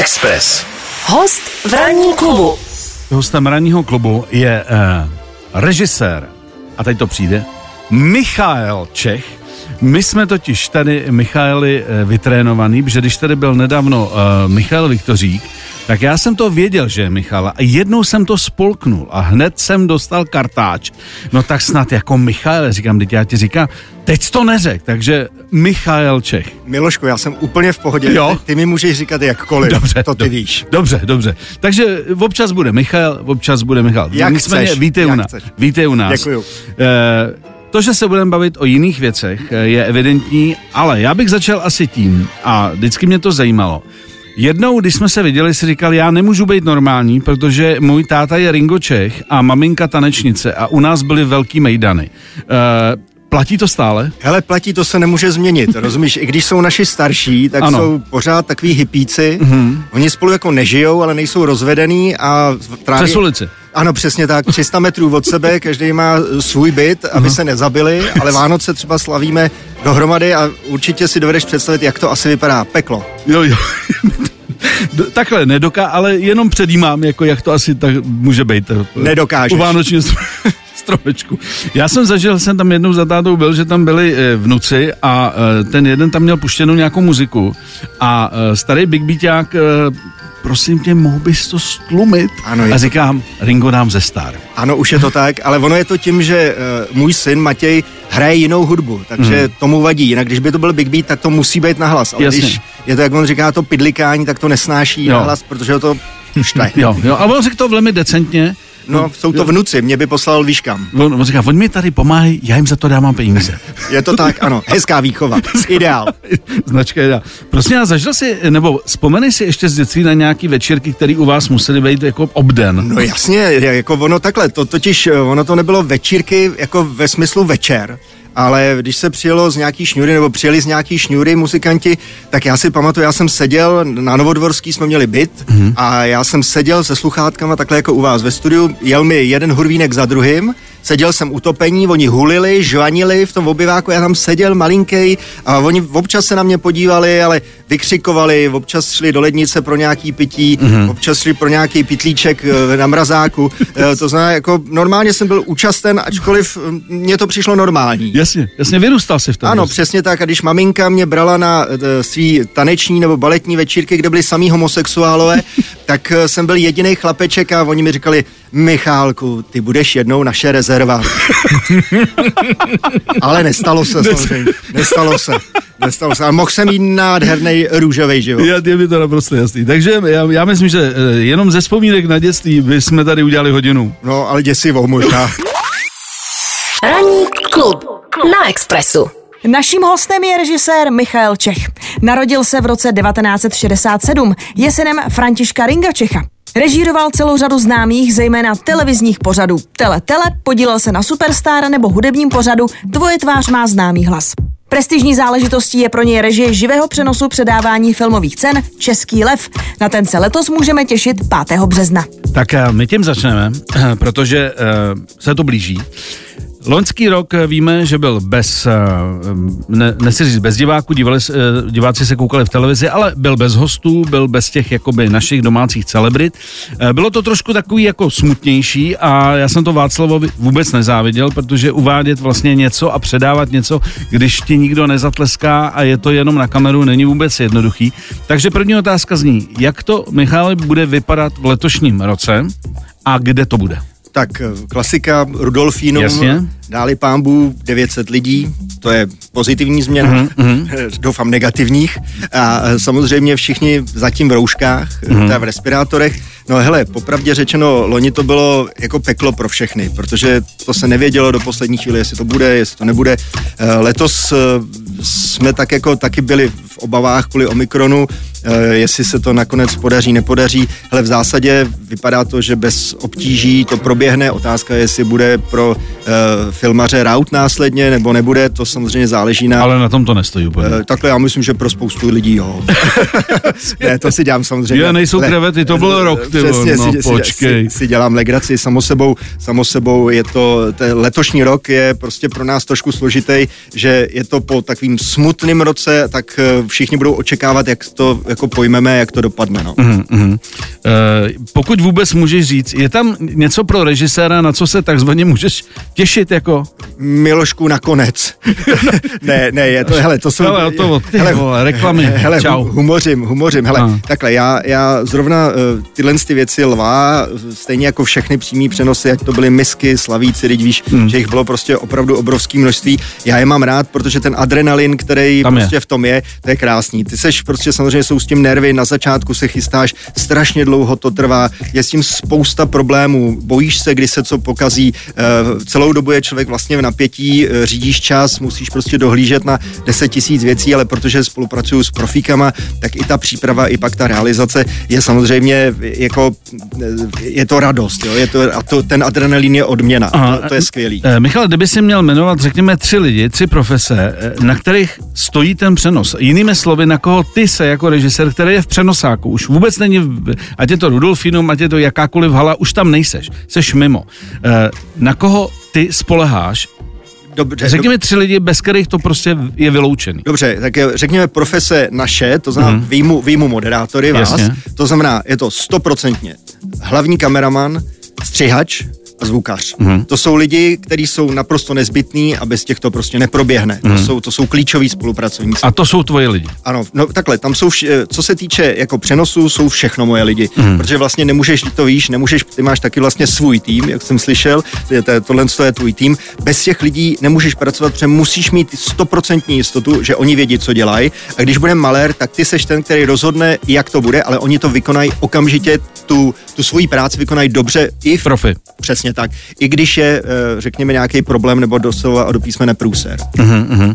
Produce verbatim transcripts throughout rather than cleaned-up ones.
Express. Host v ranním klubu. Hostem ranního klubu je uh, režisér, a teď to přijde, Michael Čech. My jsme totiž tady Michaeli uh, vytrénovaný, protože když tady byl nedávno uh, Michal Viktořík, tak já jsem to věděl, že je Michala, a jednou jsem to spolknul a hned jsem dostal kartáč. No tak snad jako Michale, říkám, teď já ti říkám, teď to neřek, takže Michael Čech. Milošku, já jsem úplně v pohodě, jo? Ty mi můžeš říkat jakkoliv, dobře, to ty do, víš. Dobře, dobře, takže občas bude Michal, občas bude Michal. Jak Nicméně, chceš, vítej jak u nás, chceš. Vítej u nás. Děkuju. E, to, že se budeme bavit o jiných věcech, je evidentní, ale já bych začal asi tím, a vždycky mě to zajímalo. Jednou, když jsme se viděli, si říkal, já nemůžu být normální, protože můj táta je Ringo Čech a maminka tanečnice a u nás byly velký mejdany. E, platí to stále? Hele, platí, to se nemůže změnit, rozumíš? I když jsou naši starší, tak ano. Jsou pořád takový hippíci. Mm-hmm. Oni spolu jako nežijou, ale nejsou rozvedený a tráví... Přes ulici. Ano, přesně tak, tři sta metrů od sebe, každý má svůj byt, aby uh-huh. se nezabili, ale Vánoce třeba slavíme dohromady a určitě si dovedeš představit, jak to asi vypadá. Peklo. Jo, jo. Takhle nedoká, ale jenom předjímám, jako jak to asi tak může být. Nedokážeš. U vánočního stromečku. Já jsem zažil, jsem tam jednou za tátou byl, že tam byli vnuci a ten jeden tam měl puštěnou nějakou muziku a starý Big Beaták, prosím tě, mohl bys to stlumit? Ano, a říkám, Ringo nám ze Star. Ano, už je to tak, ale ono je to tím, že uh, můj syn Matěj hraje jinou hudbu, takže hmm. tomu vadí. Jinak když by to byl Big Beat, tak to musí být nahlas. Ale jasně. Když je to, jak on říká, to pidlikání, tak to nesnáší jo. nahlas, protože ho to štve. Jo, jo, a on řekl to velmi decentně. No, jsou to vnuci, mě by poslal víš kam. On, on říká, oni mi tady pomáhají, já jim za to dávám peníze. Je to tak, ano, hezká výchova, ideál. Značka ideál. Prostě já zažil si, nebo vzpomenej si ještě z dětství na nějaký večírky, které u vás musely být jako obden. No jasně, jako ono takhle, to totiž, ono to nebylo večírky jako ve smyslu večer, ale když se přijelo z nějaký šňůry, nebo přijeli z nějaký šňůry muzikanti, tak já si pamatuju, já jsem seděl, na Novodvorský jsme měli byt mm. a já jsem seděl se sluchátkama takhle jako u vás ve studiu, jel mi jeden hurvínek za druhým, seděl jsem utopení, oni hulili, žvanili v tom obyváku, já tam seděl malinkej a oni občas se na mě podívali, ale vykřikovali, občas šli do lednice pro nějaký pití, mm-hmm. občas šli pro nějaký pitlíček na mrazáku, to znamená, jako normálně jsem byl účasten, ačkoliv mně to přišlo normální. Jasně, jasně, vyrůstal si v tom. Ano, vlastně. Přesně tak, a když maminka mě brala na svý taneční nebo baletní večírky, kde byli samý homosexuálové, tak jsem byl jediný chlapeček a oni mi říkali, Michálku, ty budeš jednou naše rezerva. Ale nestalo se samozřejmě. Nestalo se. Nestalo se. A mohl jsem mít nádherný růžový život. Já, je mi to naprosto jasný. Takže já, já myslím, že jenom ze vzpomínek na dětství bychom tady udělali hodinu. No, ale děsivou možná. Ranní klub na Expressu. Naším hostem je režisér Michael Čech. Narodil se v roce devatenáct set šedesát sedm. Je synem Františka Ringa Čecha. Režíroval celou řadu známých, zejména televizních pořadů. Tele Tele, podílel se na Superstar nebo hudebním pořadu Tvoje tvář má známý hlas. Prestižní záležitostí je pro něj režie živého přenosu předávání filmových cen Český lev. Na ten se letos můžeme těšit pátého března. Tak my tím začneme, protože se to blíží. Loňský rok víme, že byl bez, ne, nechci říct bez diváků, dívali, diváci se koukali v televizi, ale byl bez hostů, byl bez těch jakoby našich domácích celebrit. Bylo to trošku takový jako smutnější a já jsem to Václavovi vůbec nezáviděl, protože uvádět vlastně něco a předávat něco, když ti nikdo nezatleská a je to jenom na kameru, není vůbec jednoduchý. Takže první otázka zní, jak to, Michale, bude vypadat v letošním roce a kde to bude? Tak klasika, Rudolfínum, jasně. Dáli pánbů devět set lidí, to je pozitivní změna, mm-hmm. doufám negativních. A samozřejmě všichni zatím v rouškách, mm-hmm. v respirátorech. No hele, popravdě řečeno, loni to bylo jako peklo pro všechny, protože to se nevědělo do poslední chvíli, jestli to bude, jestli to nebude. Letos jsme tak jako taky byli v obavách kvůli Omikronu, jestli se to nakonec podaří, nepodaří. Hele, v zásadě vypadá to, že bez obtíží to proběhne. Otázka je, jestli bude pro filmaře Raut následně, nebo nebude, to samozřejmě záleží na... Ale na tom to nestojí úplně. Uh, takhle já myslím, že pro spoustu lidí, jo. Ne, to si dělám samozřejmě. Je, nejsou ale, krevety, to byl rok, ty přesně, no, si, počkej. Si, si dělám legraci, samo sebou, samo sebou je to, ten letošní rok je prostě pro nás trošku složitý, že je to po takovým smutným roce, tak všichni budou očekávat, jak to jako pojmeme, jak to dopadne, no. Mm, mm. Uh, pokud vůbec můžeš říct, je tam něco pro režiséra, na co se takzvaně můžeš těšit, jako? Milošku, nakonec. ne, ne, je to, hele, to jsou... Hele, to, ty hele, vole, reklamy, hele, čau. Humořím, humořím, hele, a. takhle, já, já zrovna uh, tyhle ty věci lvá, stejně jako všechny přímý přenosy, jak to byly misky, slavíci, teď víš, hmm. že jich bylo prostě opravdu obrovské množství. Já je mám rád, protože ten adrenalin, který tam prostě je. v tom je, to je krásný. Ty seš prostě samozřejmě jsou s tím nervy, na začátku se chystáš, strašně dlouho to trvá, je s tím spousta problémů, bojíš se, kdy se co pokazí, uh, celou dobu je člověk vlastně v napětí, uh, řídíš čas, musíš prostě dohlížet na deset tisíc věcí, ale protože spolupracuju s profíkama, tak i ta příprava, i pak ta realizace je samozřejmě jako, je to radost, jo? Je to, a to, ten adrenalin je odměna, Aha, to, to je skvělý. Eh, Michal, kdyby si měl jmenovat, řekněme, tři lidi, tři profese, na kterých stojí ten přenos. Jinými slovy, na koho ty se jako režisér, který je v přenosáku, už vůbec není, ať je to Rudolfinum, ať je to jakákoliv hala, už tam nejseš, seš mimo. Eh, na koho ty spoleháš? Dobře, řekněme dob... tři lidi, bez kterých to prostě je vyloučený. Dobře, tak je, řekněme profese naše, to znamená mm. výjmu, výjmu moderátory vás, Jasně. to znamená, je to stoprocentně hlavní kameraman, střihač a zvukař. Mm. To jsou lidi, kteří jsou naprosto nezbytní a bez těch to prostě neproběhne. Mm. To jsou, to jsou klíčoví spolupracovníci. A to jsou tvoje lidi? Ano, no takhle, tam jsou, vš- co se týče jako přenosu, jsou všechno moje lidi, mm. protože vlastně nemůžeš, to víš, nemůžeš, ty máš taky vlastně svůj tým, jak jsem slyšel, tohle je tvůj tým, bez těch lidí nemůžeš pracovat, protože musíš mít stoprocentní jistotu, že oni vědí, co dělají, a když bude malér, tak ty seš ten, který rozhodne, jak to bude, ale oni to vykonají okamžitě, tu, tu svoji práci vykonají dobře i v... Profi. Přesně tak. I když je, řekněme, nějaký problém nebo doslova a do písmene průser. Uh-huh, uh-huh. Uh,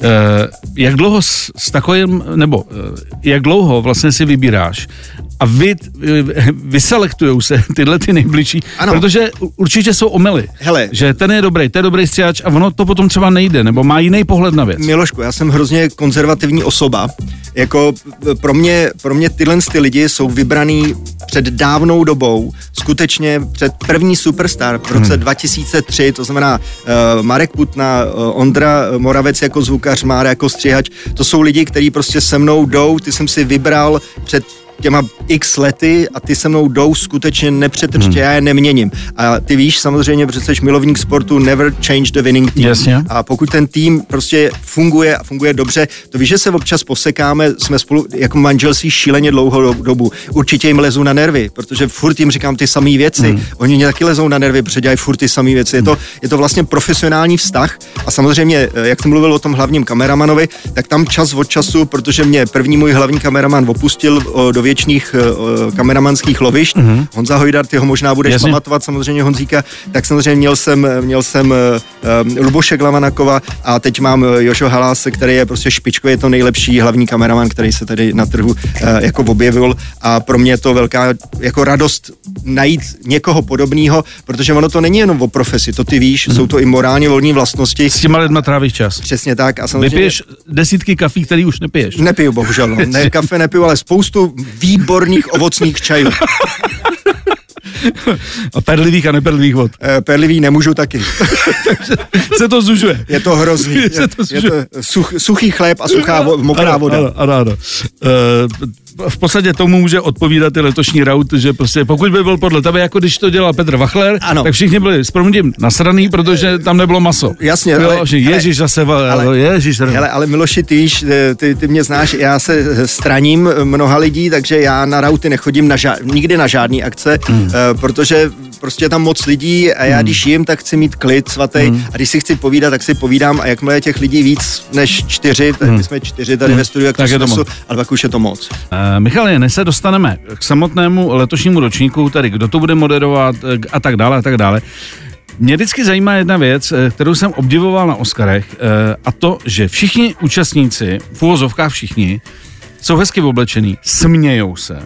jak dlouho s, s takovým, nebo uh, jak dlouho vlastně si vybíráš a vy, vyselektujou se tyhle ty nejbližší, ano. Protože určitě jsou omyly. Hele. Že ten je dobrý, ten je dobrý střihač a ono to potom třeba nejde, nebo má jiný pohled na věc. Milošku, já jsem hrozně konzervativní osoba. Jako pro mě, pro mě tyhle ty lidi jsou vybraný před dávnou dobou, skutečně před první Superstar v roce hmm. dva tisíce tři, to znamená uh, Marek Putna, uh, Ondra Moravec jako zvukař, Mára jako střihač, to jsou lidi, kteří prostě se mnou jdou, ty jsem si vybral před těma x lety a ty se mnou jdou skutečně nepřetržitě, hmm. já je neměním. A ty víš samozřejmě, protože jsi milovník sportu, never change the winning team. Jasně. A pokud ten tým prostě funguje a funguje dobře, to víš, že se občas posekáme, jsme spolu jako manželství šíleně dlouhou dobu. Určitě jim lezu na nervy, protože furt jim říkám ty samé věci. Hmm. Oni mě taky lezou na nervy, protože dělají furt ty samé věci. Je to, je to vlastně profesionální vztah a samozřejmě, jak jsem mluvil o tom hlavním kameramanovi, tak tam čas od času, protože mě první můj hlavní kameraman opustil do věčných uh, kameramanských lovišť. Mm-hmm. Honza Hojdar, ty ho možná budeš Jasně. pamatovat, samozřejmě Honzíka, tak samozřejmě měl jsem, měl jsem uh, Luboše Glavanakova a teď mám Jošo Haláse, který je prostě špičkově to nejlepší hlavní kameraman, který se tady na trhu uh, jako objevil a pro mě je to velká jako radost najít někoho podobného, protože ono to není jenom o profesi, to ty víš, mm. jsou to i morálně volné vlastnosti. S těma lidma trávíš čas. Přesně tak. A samozřejmě... Vypiješ desítky kafí, který už nepiješ. Nepiju, bohužel. No. Ne, kafe nepiju, ale spoustu výborných ovocných čajů. A perlivých a neperlivých vod. E, perlivý nemůžu taky. Takže se to zužuje. Je to hrozný. Je, je to, je to such, suchý chléb a suchá vo, mokrá ano, voda. Ano, ano, ano. E, v podstatě tomu může odpovídat i letošní Raut, že prostě pokud by byl podle tebe, jako když to dělal Petr Wachler, ano. tak všichni byli s proměnutím nasraný, protože tam nebylo maso. Jasně. Bylo, ale, že ježiš zase, ale, ježiš. Hele, ale Miloši, ty víš, ty, ty mě znáš, já se straním mnoha lidí, takže já na Rauty nechodím na žád, nikdy na žádný akce, hmm. uh, protože prostě je tam moc lidí a já hmm. když jim, tak chci mít klid svatý hmm. a když si chci povídat, tak si povídám a jakmile je těch lidí víc než čtyři, tak hmm. my jsme čtyři tady hmm. ve studiu, jak to snesu, ale pak už je to moc. Uh, Michale, než se dostaneme k samotnému letošnímu ročníku, tady kdo to bude moderovat a tak dále a tak dále. Mě vždycky zajímá jedna věc, kterou jsem obdivoval na Oscarech, a to, že všichni účastníci, v uvozovkách všichni, jsou hezky oblečení, smějou se,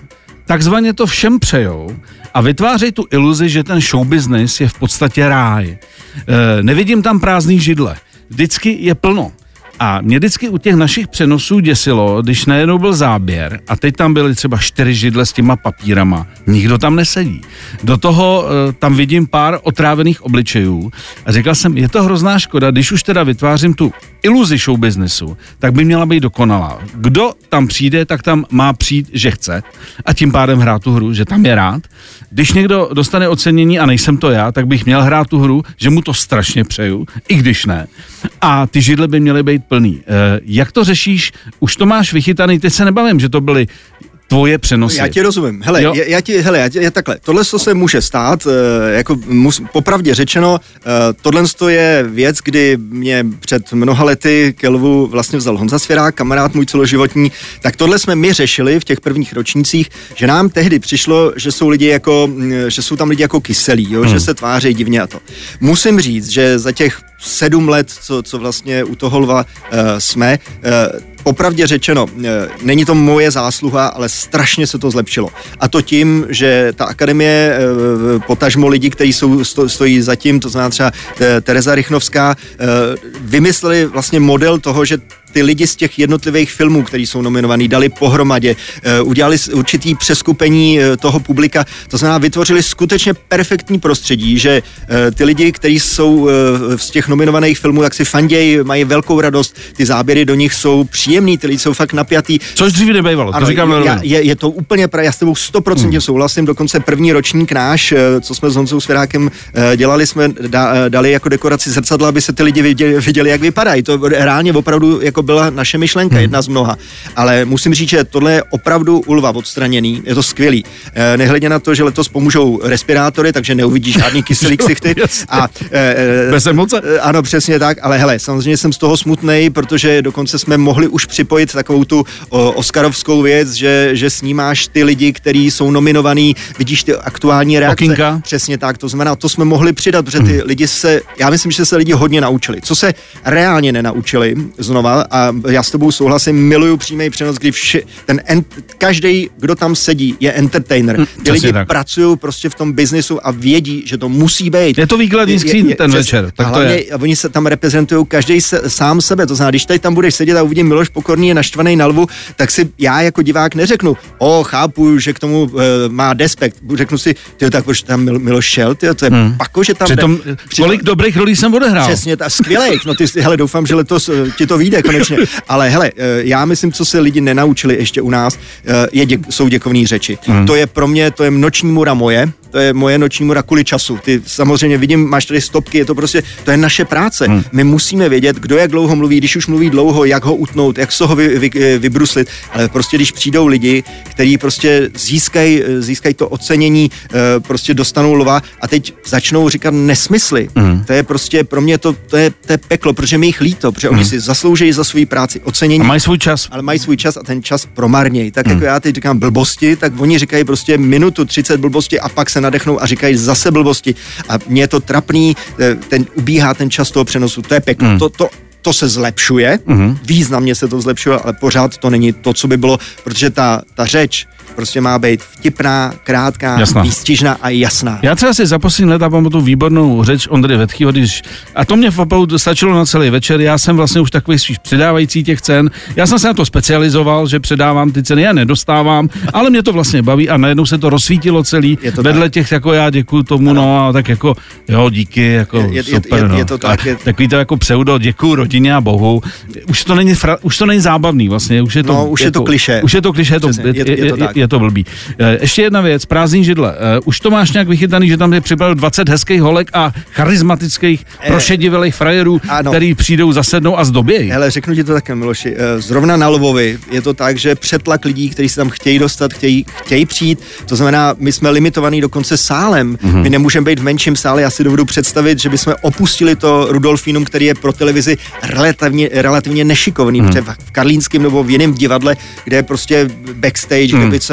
takzvaně to všem přejou a vytvářejí tu iluzi, že ten show business je v podstatě ráj. E, nevidím tam prázdný židle. Vždycky je plno. A mě vždycky u těch našich přenosů děsilo, když najednou byl záběr a teď tam byly třeba čtyři židle s těma papírama. Nikdo tam nesedí. Do toho e, tam vidím pár otrávených obličejů a říkal jsem, je to hrozná škoda, když už teda vytvářím tu iluzi show businessu, tak by měla být dokonalá. Kdo tam přijde, tak tam má přijít, že chce a tím pádem hrát tu hru, že tam je rád. Když někdo dostane ocenění a nejsem to já, tak bych měl hrát tu hru, že mu to strašně přeju, i když ne. A ty židle by měly být plný. E, jak to řešíš? Už to máš vychytaný, teď se nebavím, že to byly tvoje přenosy. Já ti rozumím. Hele, já, já ti, hele, já, ti, já takhle. Tohle co se může stát, e, jako mus, popravdě řečeno, e, tohle je věc, kdy mě před mnoha lety ke lvu vlastně vzal Honza Svěrák, kamarád můj celoživotní, tak tohle jsme my řešili v těch prvních ročnících, že nám tehdy přišlo, že jsou lidi jako, že jsou tam lidi jako kyselí, jo, hmm. že se tváří divně a to. Musím říct, že za těch sedm let, co, co vlastně u toho lva uh, jsme, uh, popravdě řečeno, není to moje zásluha, ale strašně se to zlepšilo. A to tím, že ta akademie, potažmo lidi, kteří jsou, stojí za tím, to znamená třeba Tereza Rychnovská, vymysleli vlastně model toho, že ty lidi z těch jednotlivých filmů, který jsou nominovaný, dali pohromadě, udělali určitý přeskupení toho publika, to znamená vytvořili skutečně perfektní prostředí, že ty lidi, kteří jsou z těch nominovaných filmů, tak si fandějí, mají velkou radost, ty záběry do nich jsou příjemný, ty lidi jsou fakt napjatý. Což dříve nebejvalo, to ano, říkám na je, je to úplně pravda, já s tebou sto procent hmm. souhlasím, dokonce první ročník náš, co jsme s Honzou Svěrákem dělali, jsme da, dali jako dekoraci zrcadla, aby se ty lidi viděli, viděli jak vypadají. To reálně opravdu jako byla naše myšlenka, hmm. jedna z mnoha. Ale musím říct, že tohle je opravdu u lva odstraněný, je to skvělý. E, nehledě na to, že letos pomůžou respirátory, takže neuvidíš žádný kyselý ksichty. A, e, Bez emoce? E, ano, přesně tak, ale hele, samozřejmě jsem z toho smutnej, protože dokonce jsme mohli už připojit takovou tu o, oscarovskou věc, že, že snímáš ty lidi, kteří jsou nominovaný, vidíš ty aktuální reakce. Okinka. Přesně tak, to znamená, to jsme mohli přidat, protože ty hmm. lidi se, já myslím, že se lidi hodně naučili. Co se reálně nenaučili znova, a já s tebou souhlasím, miluju přímý přenos, kdy vši, ten en, každý, kdo tam sedí, je entertainer. Ty Přesně lidi tak. pracují prostě v tom biznisu a vědí, že to musí být. Je to výkladní skříň ten přes, večer, tak to je. A oni se tam reprezentují každý se, sám sebe, to znamená, když tady tam budeš sedět a uvidím Miloš Pokorný je naštvaný na lvu, tak si já jako divák neřeknu, o, chápu, že k tomu uh, má despekt, řeknu si, tyjo, tak proč tam Mil, Miloš šel, tyjo, to je hmm. pako, že tam... Přitom, jde, kolik přitom, dobrých rolí jsem odehrál. Přesně, a skvělejch, no ty, hele, doufám, že letos uh, ti to vyjde konečně, ale hele, uh, já myslím, co se lidi nenaučili ještě u nás, uh, je děk, jsou děkovný řeči. Hmm. To je pro mě, to je noční mura moje, to je moje noční mura kvůli času. Ty samozřejmě vidím, máš tady stopky, je to prostě, to je naše práce. Hmm. My musíme vědět, kdo jak dlouho mluví, když už mluví dlouho, jak ho utnout, jak se ho vy, vy, vybruslit, ale prostě když přijdou lidi, kteří prostě získají získaj to ocenění, prostě dostanou lva a teď začnou říkat nesmysly. Hmm. To je prostě pro mě to, to, je, to je peklo, protože mi jich líto, protože hmm. oni si zaslouží za svou práci ocenění. A mají svůj čas. Ale mají svůj čas a ten čas promarnějí. Tak hmm. jako já teď říkám blbosti, tak oni říkají prostě minutu třicet blbosti a pak se nadechnou a říkají zase blbosti. A mně je to trapný, ten ubíhá ten čas toho přenosu, to je peklo. Hmm. To, to, to se zlepšuje, mm-hmm. významně se to zlepšuje, ale pořád to není to, co by bylo, protože ta, ta řeč prostě má být vtipná, krátká, jasná. výstižná a jasná. Já třeba si za poslední léta pamatuju výbornou řeč Ondry Vetchýho, když, a to mě opravdu stačilo na celý večer, já jsem vlastně už takový spíš předávající těch cen, já jsem se na to specializoval, že předávám ty ceny, já nedostávám, ale mě to vlastně baví a najednou se to rozsvítilo celý, vedle tak. těch jako já děkuju tomu, ano. no a tak jako jo, díky, jako je, je, super, je, no. je to tak, je... Takový to jako pseudo, děkuju rodině a Bohu, už to není, fra, už to není zábavný vlastně, už je to, no, už je jako, to klišé. Už je to klišé, to, je, je, je, je, je, je to blbý. Ještě jedna věc, prázdný židle. Uh, už to máš nějak vychytaný, že tam je připravil dvacet hezkých holek a charismatických, eh, prošedivelých frajerů, ano. který přijdou, zasednou a zdobějí. Hele, řeknu ti to také, Miloši. Zrovna na Lvovi je to tak, že přetlak lidí, kteří se tam chtějí dostat, chtějí, chtějí přijít. To znamená, my jsme limitovaní dokonce sálem. Mm-hmm. My nemůžeme být v menším sále. Já si dovedu představit, že bychom opustili to Rudolfínum, který je pro televizi relativně, relativně nešikovný, mm-hmm. protože v Karlínském nebo v jiném divadle, kde je prostě backstage, mm-hmm. kde by se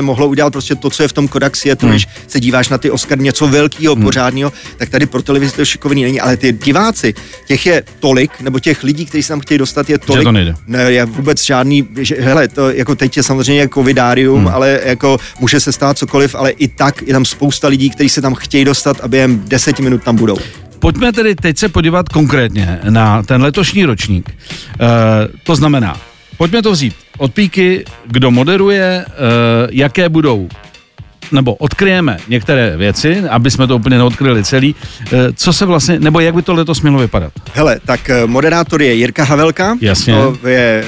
se mohlo udělat prostě to, co je v tom Kodak Theatru, hmm. když se díváš na ty Oscar, něco velkého, hmm. pořádného, tak tady pro televizi to šikovný není, ale ty diváci, těch je tolik, nebo těch lidí, kteří se tam chtějí dostat, je tolik. Že to nejde. Ne, je vůbec žádný, že, hele, to jako teď je samozřejmě covidárium, hmm. ale jako může se stát cokoliv, ale i tak je tam spousta lidí, kteří se tam chtějí dostat, aby jen deset minut tam budou. Pojďme tedy teď se podívat konkrétně na ten letošní ročník. E, to znamená, pojďme to vzít od píky, kdo moderuje, e, jaké budou, nebo odkryjeme některé věci, aby jsme to úplně neodkryli celý. E, co se vlastně, nebo jak by to letos mělo vypadat? Hele, tak moderátor je Jirka Havelka. Jasně. To je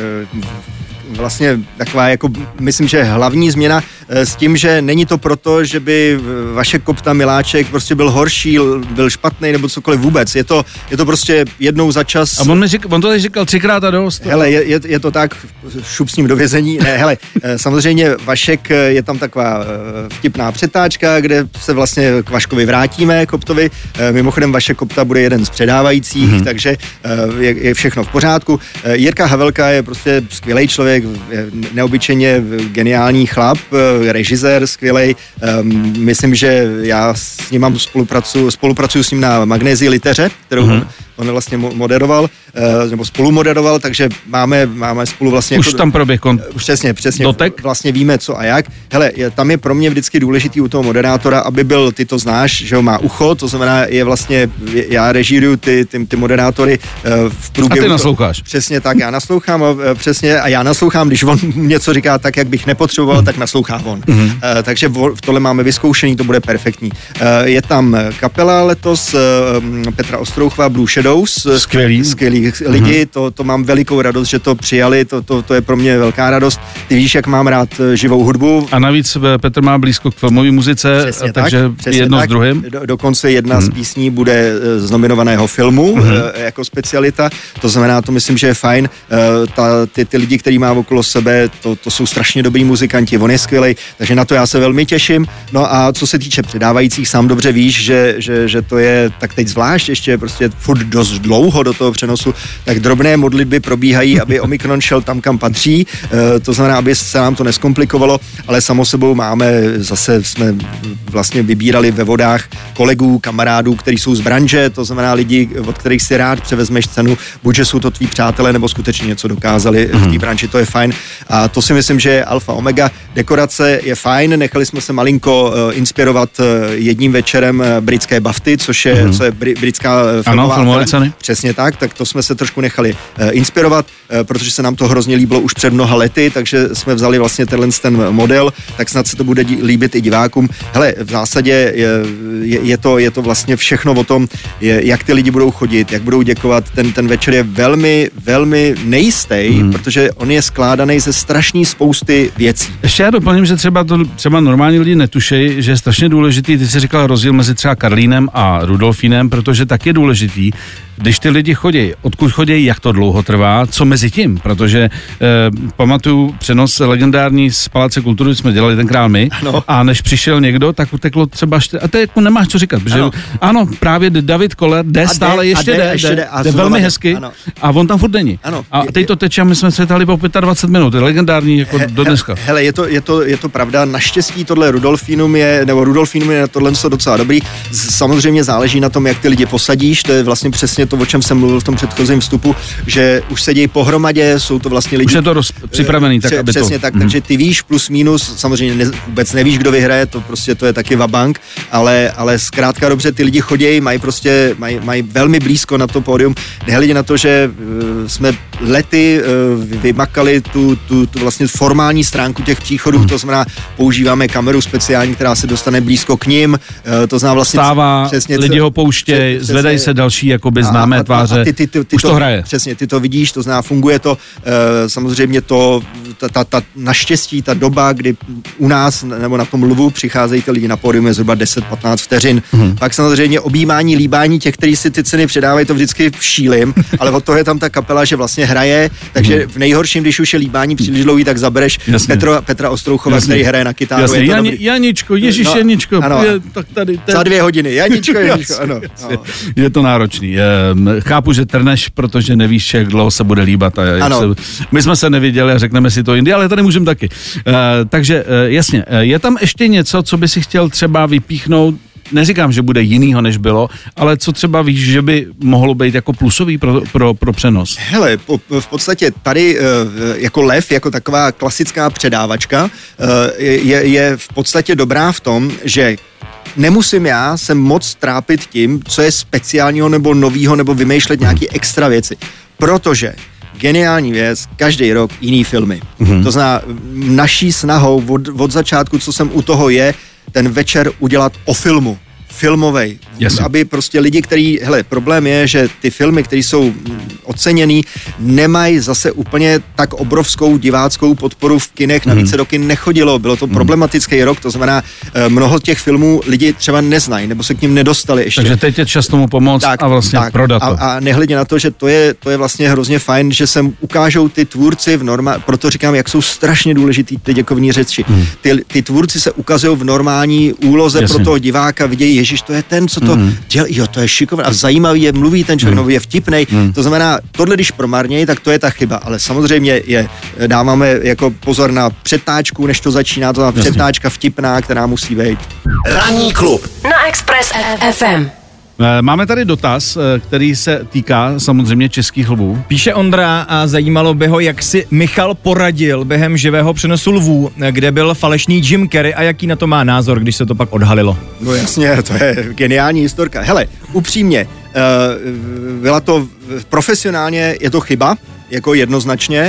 vlastně taková, jako, myslím, že hlavní změna s tím, že není to proto, že by Vašek Kopta Miláček prostě byl horší, byl špatný nebo cokoliv vůbec. Je to, je to prostě jednou za čas. A on, mi řík, on to tady říkal třikrát a dost. Hele, je, je, je to tak, šup s ním do vězení. Ne, hele, samozřejmě Vašek je tam taková vtipná přetáčka, kde se vlastně k Vaškovi vrátíme, Koptovi. Mimochodem Vašek Kopta bude jeden z předávajících, mm-hmm. takže je, je všechno v pořádku. Jirka Havelka je prostě skvělý člověk, neobyčejně geniální chlap, režisér skvělej. Um, myslím, že já s ním mám spolupracuju, spolupracuju s ním na Magnézii liteře, kterou mm-hmm. on vlastně moderoval, uh, nebo spolumoderoval, takže máme, máme spolu vlastně... Už jako, tam proběh kon... Přesně, přesně. Dotek? Vlastně víme co a jak. Hele, je, tam je pro mě vždycky důležitý u toho moderátora, aby byl, ty to znáš, že ho má ucho, to znamená, je vlastně, já režíruju ty, ty, ty moderátory uh, v průběhu... A ty nasloucháš. Přesně tak, já naslouchám a, uh, přesně, a já naslouchám, když on něco říká tak, jak bych nepotřeboval, mm. tak naslouchá on. Mm. Uh, takže v tohle máme vyzkoušený, to bude perfektní. Uh, je tam kapela letos, uh, Petra Ostrouchová, Blue Shadows. Skvělý. Skvělí lidi, mm. to, to mám velikou radost, že to přijali, to, to, to je pro mě velká radost. Ty víš, jak mám rád živou hudbu. A navíc Petr má blízko k filmové muzice, přesně takže tak, jedno tak. s druhým. Do, dokonce jedna mm. z písní bude z nominovaného filmu mm. jako specialita, to znamená, to myslím, že je fajn. Ta, ty, ty lidi, který má okolo sebe, to, to jsou strašně dobrý muzikanti, on je skvělej, takže na to já se velmi těším. No a co se týče předávajících, sám dobře víš, že, že, že to je tak teď zvlášť ještě prostě furt dost dlouho do toho přenosu, tak drobné modlitby probíhají, aby Omikron šel tam, kam patří, e, to znamená, aby se nám to neskomplikovalo, ale samo sebou máme, zase jsme vlastně vybírali ve vodách kolegů, kamarádů, kteří jsou z branže, to znamená lidi, od kterých si rád převezmeš cenu, buď že jsou to tví přátelé, nebo skutečně něco dokázali v té branži, to je fajn. A to si myslím, že je alfa omega. Dekorace je fajn, nechali jsme se malinko uh, inspirovat uh, jedním večerem uh, britské BAFTY, což je, mm-hmm. co je br- britská uh, filmová ano, filmové. Přesně tak, tak to jsme se trošku nechali uh, inspirovat, uh, protože se nám to hrozně líbilo už před mnoha lety, takže jsme vzali vlastně tenhle ten model, tak snad se to bude dí- líbit i divákům. Hele, v zásadě je, je, je, to, je to vlastně všechno o tom, je, jak ty lidi budou chodit, jak budou děkovat. Ten, ten večer je velmi, velmi nejistý, mm. protože on je skládaný ze strašný spousty věcí. Ještě já doplním, že třeba to třeba normální lidi netušejí, že je strašně důležitý, ty jsi říkal rozdíl mezi třeba Karlínem a Rudolfínem, protože tak je důležitý, když ty lidi chodí, odkud chodí, jak to dlouho trvá, co mezi tím, protože eh, pamatuju přenos legendární z Paláce kultury, jsme dělali tenkrát my, ano. A než přišel někdo, tak uteklo třeba čtyři, a to jako nemáš co říkat, protože ano, ano právě David Koller jde a stále, jde, ještě jde, jde, ještě jde, jde velmi hezky ano. A on tam furt není. Ano. A teď to teče a my jsme se tady po dvacet pět minut, legendární jako he, do dneska. Hele, je to, je, to, je to pravda, naštěstí tohle Rudolfínum je, nebo Rudolfínum je na tohle docela dobrý, samozřejmě záleží na tom, jak ty lidi posadíš, to je vlastně přesně to, o čem jsem mluvil v tom předchozím vstupu, že už sedějí pohromadě, jsou to vlastně lidi... Už je to roz, připravený, tak pře, aby přesně to... tak, mm. takže ty víš plus minus, samozřejmě ne, vůbec nevíš, kdo vyhraje, to prostě to je taky vabank, ale, ale zkrátka dobře ty lidi chodějí, mají prostě, mají, mají velmi blízko na to pódium, nehledě na to, že uh, jsme lety uh, vymakali tu, tu, tu vlastně formální stránku těch příchodů, mm. to znamená, používáme kameru speciální, která se dostane blízko k nim, uh, to znamená vlastně... Stává, přesně, lidi ho pouštějí, zvedají se další jakoby známé a, tváře, a, a ty, ty, ty, ty už to, to hraje. Přesně, ty to vidíš, to znamená, funguje to, e, samozřejmě to, ta, ta, ta naštěstí, ta doba, kdy u nás, nebo na tom Lvu přicházejí ty lidi na pódium je zhruba deset patnáct vteřin. Hmm. Pak samozřejmě objímání, líbání těch, kteří si ty ceny předávají, to vždycky šílim, ale od toho je tam ta kapela, že vlastně vlastně hraje, takže v nejhorším, když už je líbání příliš dlouhý, tak zabereš Petro, Petra Ostrouchova, Jasně. který hraje na kytáru. Jasně. Je to Jani, dobrý. Janičko, Ježíš No, Janičko, ano. je, tak tady. Ten... Za dvě hodiny, Janičko, Janičko, ano. Jasně. Je to náročný. Chápu, že trneš, protože nevíš, jak dlouho se bude líbat. A jak se... My jsme se neviděli a řekneme si to jindy, ale tady můžeme taky. Uh, takže uh, jasně, uh, je tam ještě něco, co by si chtěl třeba vypíchnout? Neříkám, že bude jinýho, než bylo, ale co třeba víš, že by mohlo být jako plusový pro, pro, pro přenos? Hele, po, v podstatě tady jako Lev, jako taková klasická předávačka, je, je v podstatě dobrá v tom, že nemusím já se moc trápit tím, co je speciálního nebo novýho, nebo vymýšlet nějaké extra věci. Protože geniální věc, každý rok jiný filmy. Mm-hmm. To znamená, naší snahou od, od začátku, co jsem u toho je, ten večer udělat o filmu. Filmovej. Jasně. Aby prostě lidi, který, hele, problém je, že ty filmy, které jsou oceněný, nemají zase úplně tak obrovskou diváckou podporu v kinech, navíc se do kin nechodilo, bylo to problematický rok, to znamená, mnoho těch filmů lidi třeba neznají, nebo se k ním nedostali ještě. Takže teď je čas tomu pomoct tak, a vlastně tak, prodat to. A, a nehledě na to, že to je, to je vlastně hrozně fajn, že se ukážou ty tvůrci v normál, proto říkám, jak jsou strašně důležitý ty děkovní řeči. Hmm. Ty, ty tvůrci se ukazují v normální úloze. Jasně. Pro toho diváka, vidějí, Ježíš, to je ten, co to mm. dělá, jo, to je šikovný a zajímavý, je, mluví ten člověk, mm. no, je vtipnej, mm. to znamená, tohle, když promarnějí, tak to je ta chyba, ale samozřejmě je, dáváme jako pozor na přetáčku, než to začíná, to znamená přetáčka vtipná, která musí být. Ranní klub na Express ef em. Máme tady dotaz, který se týká samozřejmě českých lvů. Píše Ondra a zajímalo by ho, jak si Michal poradil během živého přenosu lvů, kde byl falešný Jim Carrey a jaký na to má názor, když se to pak odhalilo. No jasně, to je geniální historka. Hele, upřímně, byla to profesionálně, je to chyba, jako jednoznačně.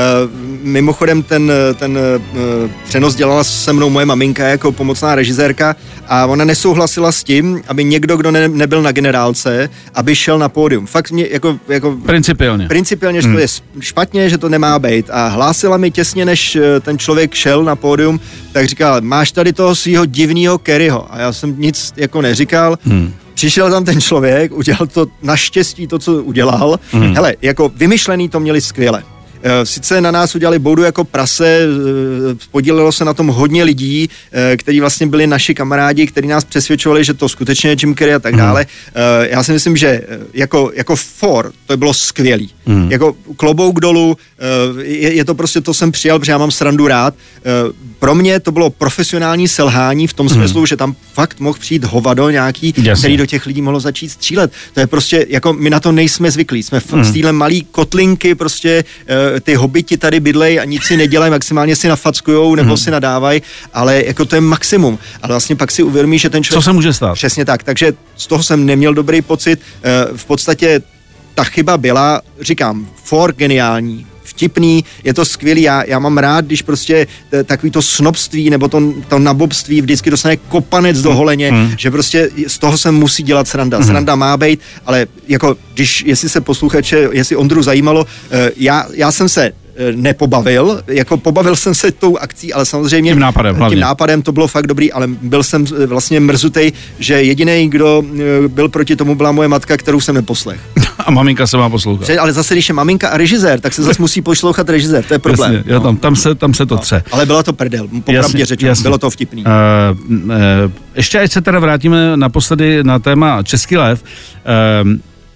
Mimochodem ten, ten přenos dělala se mnou moje maminka jako pomocná režisérka a ona nesouhlasila s tím, aby někdo, kdo ne, nebyl na generálce, aby šel na pódium. Fakt mě jako... jako principiálně. Principiálně, že hmm. to je špatně, že to nemá být. A hlásila mi těsně, než ten člověk šel na pódium, tak říkala, máš tady toho svýho divného Carreyho. A já jsem nic jako neříkal. Hmm. Přišel tam ten člověk, udělal to naštěstí to, co udělal. Mm. Hele, jako vymyšlený to měli skvěle. Sice na nás udělali boudu jako prase, podílelo se na tom hodně lidí, kteří vlastně byli naši kamarádi, kteří nás přesvědčovali, že to skutečně je Jim Carrey a tak dále. Mm. Já si myslím, že jako, jako for to bylo skvělý. Mm. Jako klobouk dolů, je, je to prostě, to jsem přijal, protože já mám srandu rád. Pro mě to bylo profesionální selhání v tom smyslu, mm. že tam fakt mohl přijít hovado nějaký, Jasně. který do těch lidí mohlo začít střílet. To je prostě, jako my na to nejsme zvyklí. Jsme mm. v týhle malý kotlinky, prostě ty hobiti tady bydlej a nic si nedělají, maximálně si nafackujou nebo hmm. si nadávají, ale jako to je maximum. Ale vlastně pak si uvědomí, že ten člověk... Co se může stát? Přesně tak, takže z toho jsem neměl dobrý pocit. V podstatě ta chyba byla, říkám, for geniální, vtipný, je to skvělý, já, já mám rád, když prostě takový to snobství nebo to, to nabobství vždycky dostane kopanec do holeně, mm. že prostě z toho se musí dělat sranda. Mm. Sranda má být, ale jako když, jestli se posluchače, jestli Ondru zajímalo, já, já jsem se nepobavil, jako pobavil jsem se tou akcí, ale samozřejmě tím nápadem, tím nápadem to bylo fakt dobrý, ale byl jsem vlastně mrzutej, že jediný, kdo byl proti tomu, byla moje matka, kterou jsem neposlech. A maminka se má poslouchat. Ale zase, když je maminka a režisér, tak se zase musí poslouchat režisér, to je problém. Jasně, no. tam, tam, se, tam se to tře. No, ale byla to prdel, popravdě řečeno, bylo to vtipný. Uh, uh, ještě ať se teda vrátíme naposledy na téma Český lev. Uh,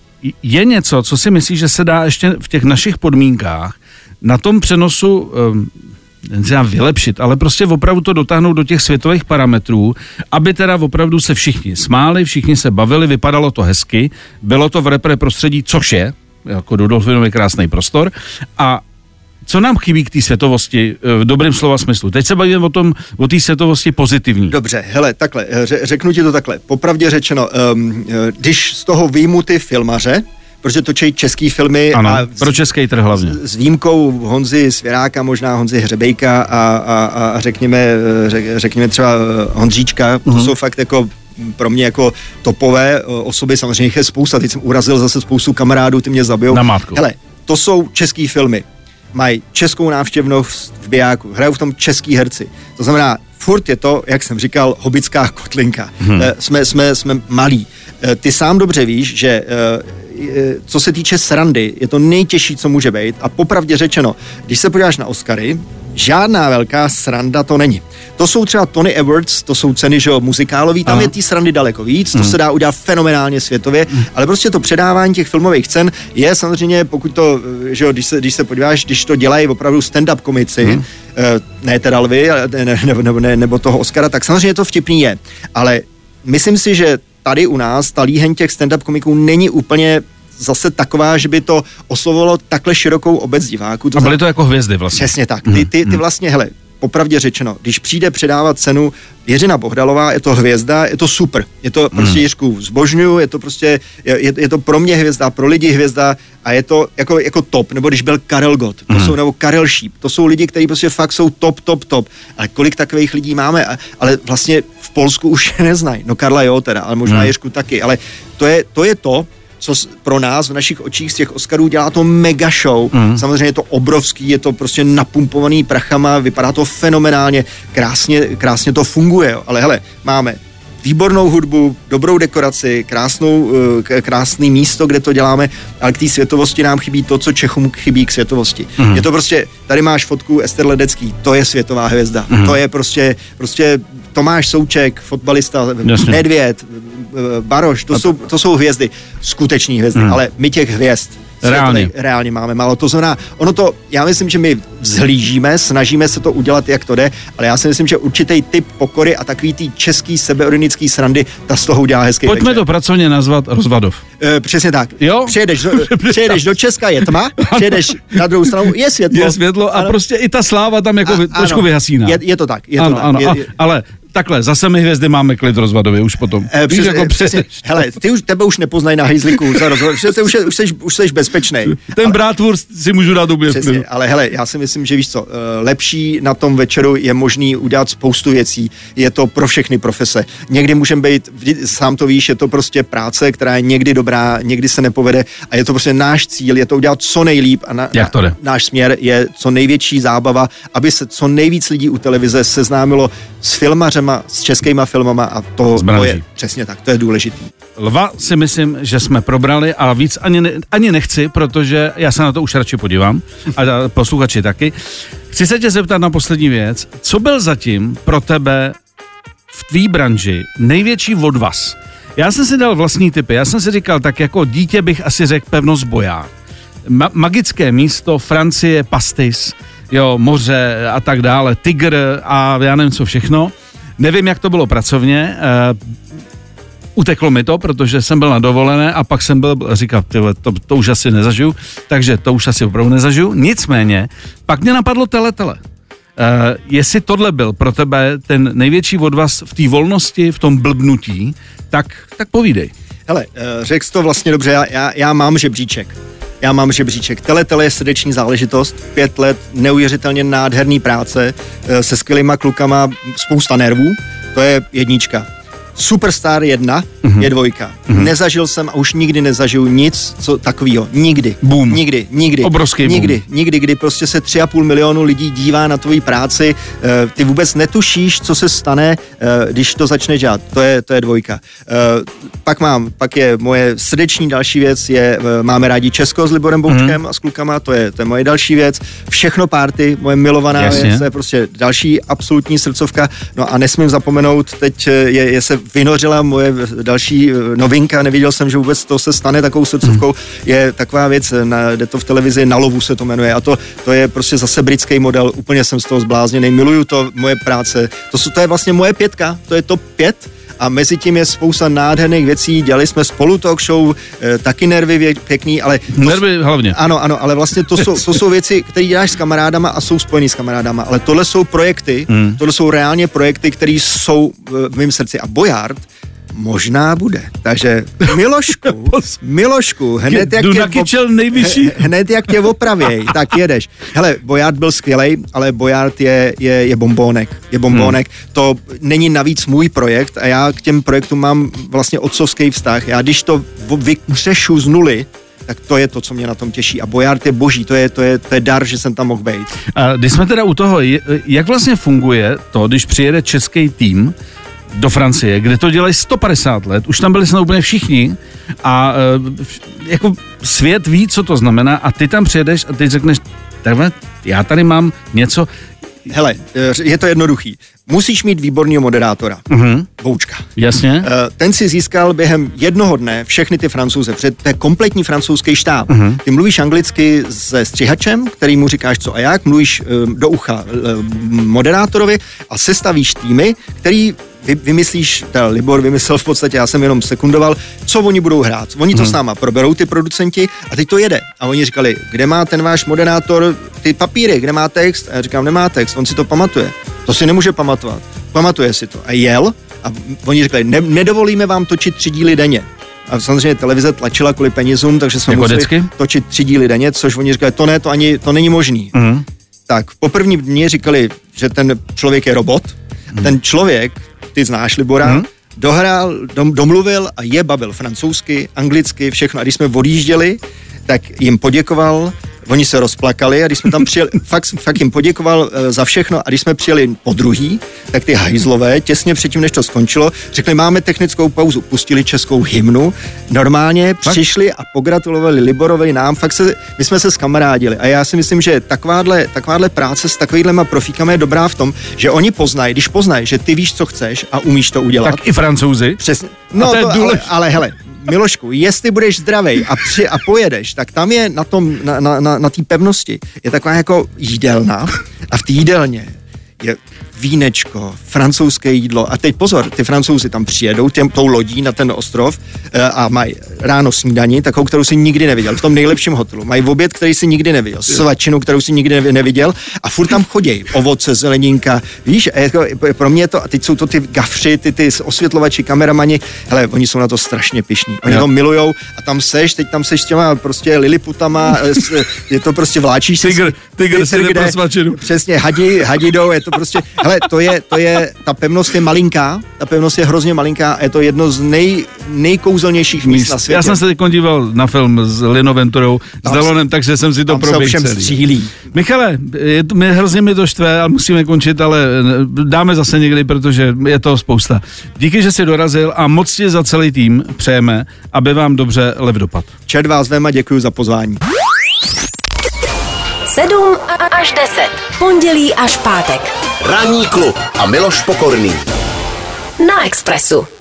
je něco, co si myslíš, že se dá ještě v těch našich podmínkách na tom přenosu um, nechci vylepšit, ale prostě opravdu to dotáhnout do těch světových parametrů, aby teda opravdu se všichni smáli, všichni se bavili, vypadalo to hezky, bylo to v repre prostředí, což je, jako Rudolfinový krásný prostor, a co nám chybí k té světovosti v dobrém slova smyslu? Teď se bavíme o tom, o té světovosti pozitivní. Dobře, hele, takhle, řeknu ti to takhle, popravdě řečeno, um, když z toho vyjmu ty filmaře, protože točí český filmy. Ano, a pro český trh hlavně. S, s výjimkou Honzy Svěráka, možná Honzy Hřebejka a, a, a řekněme, řek, řekněme třeba Honříčka, to mm-hmm. jsou fakt jako pro mě jako topové osoby, samozřejmě jich je spousta, teď jsem urazil zase spoustu kamarádů, ty mě zabijou. Namátku. Hele, to jsou český filmy. Mají českou návštěvnost v bijáku, hrajou v tom český herci. To znamená, furt je to, jak jsem říkal, hobitská kotlinka. Hmm. Jsme, jsme, jsme malí. Ty sám dobře víš, že co se týče srandy, je to nejtěžší, co může být. A popravdě řečeno, když se podíváš na Oscary, žádná velká sranda to není. To jsou třeba Tony Awards, to jsou ceny, že jo, muzikálový, tam Aha. je té srandy daleko víc, to mm. se dá udělat fenomenálně světově, mm. ale prostě to předávání těch filmových cen je samozřejmě, pokud to, že jo, když se, když se podíváš, když to dělají opravdu stand-up komici, mm. ne teda lvy, ne, ne, ne, ne, nebo toho Oscara, tak samozřejmě to vtipný je. Ale myslím si, že tady u nás ta líheň těch stand-up komiků není úplně zase taková, že by to oslovovalo takhle širokou obec diváků. To a byly to jako hvězdy vlastně. Přesně tak. Ty, ty, ty vlastně, hele, popravdě řečeno, když přijde předávat cenu Jiřina Bohdalová, je to hvězda, je to super. Je to prostě hmm. Jiřku zbožňuju, je to prostě, je, je to pro mě hvězda, pro lidi hvězda a je to jako, jako top. Nebo když byl Karel Gott, to hmm. jsou, nebo Karel Šíp, to jsou lidi, kteří prostě fakt jsou top, top, top. Ale kolik takových lidí máme? Ale vlastně v Polsku už je neznají. No Karla jo teda, ale možná hmm. Jiřku taky. Ale to je to, je to co pro nás v našich očích z těch Oscarů dělá to mega show. Mm. Samozřejmě je to obrovský, je to prostě napumpovaný prachama, vypadá to fenomenálně, krásně, krásně to funguje, jo. Ale hele, máme výbornou hudbu, dobrou dekoraci, krásnou, krásný místo, kde to děláme, ale k té světovosti nám chybí to, co Čechům chybí k světovosti. Mm. Je to prostě, tady máš fotku Ester Ledecký, to je světová hvězda, mm. to je prostě, prostě Tomáš Souček, fotbalista, Jasně. Nedvěd, Baroš, to jsou, to jsou hvězdy, skuteční hvězdy, mm. ale my těch hvězd reálně. reálně máme málo. To znamená, ono to, já myslím, že my vzhlížíme, snažíme se to udělat, jak to jde, ale já si myslím, že určitý typ pokory a takový tý český sebeorinický srandy, ta z toho udělá hezký. Pojďme večer. To pracovně nazvat rozvadov. E, přesně tak. Jo? Přijedeš do, přijedeš do Česka, je tma, přijedeš na druhou stranu, je světlo. Je světlo a ano. Prostě i ta sláva tam jako a, trošku ano, vyhasíná. Je, je to tak, je ano, to tak. Ano, je, a, ale takhle, zase my hvězdy máme klid rozvadově už potom. E, přes, jako přesně, hele, ty už, tebe už nepoznají na hejzlíku za rozvod, už, už, už, seš, už seš bezpečnej. Ten bratwurst si můžu dát úplně přesně, ale hele, já si myslím, že víš co, lepší na tom večeru je možný udělat spoustu věcí, je to pro všechny profese. Někdy můžeme být, sám to víš, je to prostě práce, která je někdy dobrá, někdy se nepovede a je to prostě náš cíl, je to udělat co nejlíp a na, Jak to jde? náš směr je co největší zábava, aby se co nejvíc lidí u televize seznámilo s filmařema, s českýma filmama a to, to je přesně tak, to je důležitý. Lva si myslím, že jsme probrali a víc ani, ne, ani nechci, protože já se na to už radši podívám a posluchači taky. Chci se tě zeptat na poslední věc. Co byl zatím pro tebe v tvý branži největší odvaz? Já jsem si dal vlastní tipy. Já jsem si říkal, tak jako dítě bych asi řekl pevnost Bojář. Ma- magické místo, Francie, pastis, jo, moře a tak dále, tygr a já nevím co všechno. Nevím, jak to bylo pracovně. Uh, uteklo mi to, protože jsem byl na dovolené a pak jsem byl, říkal, tyhle, to, to už asi nezažiju, takže to už asi opravdu nezažiju. Nicméně, pak mě napadlo teletele. Uh, jestli tohle byl pro tebe ten největší odvaz v té volnosti, v tom blbnutí, tak, tak povídej. Hele, uh, řekl jsi to vlastně dobře, já, já, já mám žebříček. Já mám žebříček. Teletele je srdeční záležitost, pět let neuvěřitelně nádherný práce se skvělýma klukama, spousta nervů, to je jednička. Superstar jedna mm-hmm. je dvojka. Mm-hmm. Nezažil jsem a už nikdy nezažiju nic co takového. Nikdy. Boom. Nikdy. Nikdy. Obrovský nikdy. Boom. Nikdy, kdy prostě se tři a půl milionu lidí dívá na tvoji práci. Ty vůbec netušíš, co se stane, když to začne dělat. To je, to je dvojka. Pak mám, pak je moje srdeční další věc, je máme rádi Česko s Liborem Boučkem mm-hmm. a s klukama, to je, to je moje další věc. Všechno party, moje milovaná Jasně. věc, to je prostě další absolutní srdcovka. No a nesmím zapomenout, teď je, je se vynořila moje další novinka, nevěděl jsem, že vůbec to se stane takovou srdcovkou, je taková věc, na, jde to v televizi, Na lovu se to jmenuje a to, to je prostě zase britský model, úplně jsem z toho zblázněný, miluju to, moje práce, to, to je vlastně moje pětka, to je top pět a mezi tím je spousta nádherných věcí, dělali jsme spolu talk show, e, taky nervy vě, pěkný, ale... To, nervy hlavně. Ano, ano, ale vlastně to jsou, to jsou věci, které děláš s kamarádama a jsou spojený s kamarádama, ale tohle jsou projekty, hmm. tohle jsou reálně projekty, které jsou v mém srdci a Bojář možná bude. Takže Milošku, Milošku, hned jak, tě, nejvyšší. hned jak tě opravěj, tak jedeš. Hele, Bojář byl skvělej, ale Bojář je, je, je bombónek. Je bombónek. Hmm. To není navíc můj projekt a já k těm projektům mám vlastně otcovský vztah. Já když to vykřešu z nuly, tak to je to, co mě na tom těší. A Bojář je boží, to je, to je, to je dar, že jsem tam mohl být. A když jsme teda u toho, jak vlastně funguje to, když přijede český tým, do Francie, kde to dělají sto padesát let, už tam byli snad úplně všichni a e, jako svět ví, co to znamená a ty tam přijedeš a ty řekneš, takhle, já tady mám něco. Hele, je to jednoduchý. Musíš mít výborného moderátora. Uh-huh. Voučka. Jasně. Ten si získal během jednoho dne všechny ty Francouze, protože to je kompletní francouzský štáb. Uh-huh. Ty mluvíš anglicky se střihačem, který mu říkáš co a jak, mluvíš do ucha moderátorovi a sestavíš týmy, který vy, vymyslíš, teda Libor vymyslel v podstatě, já jsem jenom sekundoval, co oni budou hrát. Oni to hmm. s náma proberou, ty producenti, a teď to jede. A oni říkali, kde má ten váš moderátor ty papíry, kde má text? A já říkám, nemá text, on si to pamatuje. To si nemůže pamatovat. Pamatuje si to. A jel a oni říkali, ne, nedovolíme vám točit tři díly denně. A samozřejmě televize tlačila kvůli penězům, takže jsme jako museli vždycky? točit tři díly denně, což oni říkali, to ne, to ani, to není možný. Hmm. Tak po prvním dni říkali, že ten člověk je robot. Hmm. Ten člověk, ty znáš Libora, hmm. dohrál, dom, domluvil a je babil francouzsky, anglicky, všechno. A když jsme odjížděli, tak jim poděkoval, oni se rozplakali a když jsme tam přijeli, fakt, fakt jim poděkoval e, za všechno a když jsme přijeli po druhý, tak ty hajzlové, těsně předtím, než to skončilo, řekli, máme technickou pauzu, pustili českou hymnu, normálně fakt? Přišli a pogratulovali Liborovi nám, fakt se, my jsme se skamarádili a já si myslím, že takováhle, takováhle práce s takovýhlema profíkama je dobrá v tom, že oni poznají, když poznají, že ty víš, co chceš a umíš to udělat. Tak i Francouzi. Přesně. No a to je to, ale, ale hele, Milošku, jestli budeš zdravej a, při, a pojedeš, tak tam je na tom, na, na, na, na té pevnosti, je taková jako jídelna a v té jídelně je vínečko, francouzské jídlo a teď pozor, ty Francouzi tam přijedou těm, tou lodí na ten ostrov a mají ráno snídani, takovou, kterou si nikdy neviděl, v tom nejlepším hotelu, mají oběd, který si nikdy neviděl, svačinu, kterou si nikdy neviděl a furt tam chodí, ovoce, zeleninka, víš, a jako, pro mě to, a teď jsou to ty gafři, ty, ty osvětlovači, kameramani, hele, oni jsou na to strašně pyšní, oni jo. to milujou a tam seš, teď tam seš s těma prostě liliputama, je to prostě vláčíš si. Tygr, tygr si jde pro svačinu. Přesně, hadi, hadidou, je to prostě, hele, to je, to je, ta pevnost je malinká, ta pevnost je hrozně malinká a je to jedno z nej, nejkouzelnějších míst na světě. Já jsem se teď díval na film s Lino Venturou, s Dalonem, takže jsem si to proběhl celý. Střílí. Michale, je to, mě, hrozně mi to štve, ale musíme končit, ale dáme zase někdy, protože je toho spousta. Díky, že jsi dorazil a moc ti za celý tým přejeme, aby vám dobře lev dopad. Čet vás vem a děkuji za pozvání. sedm až deset. Pondělí až pátek. Ranní klub a Miloš Pokorný. Na Expressu.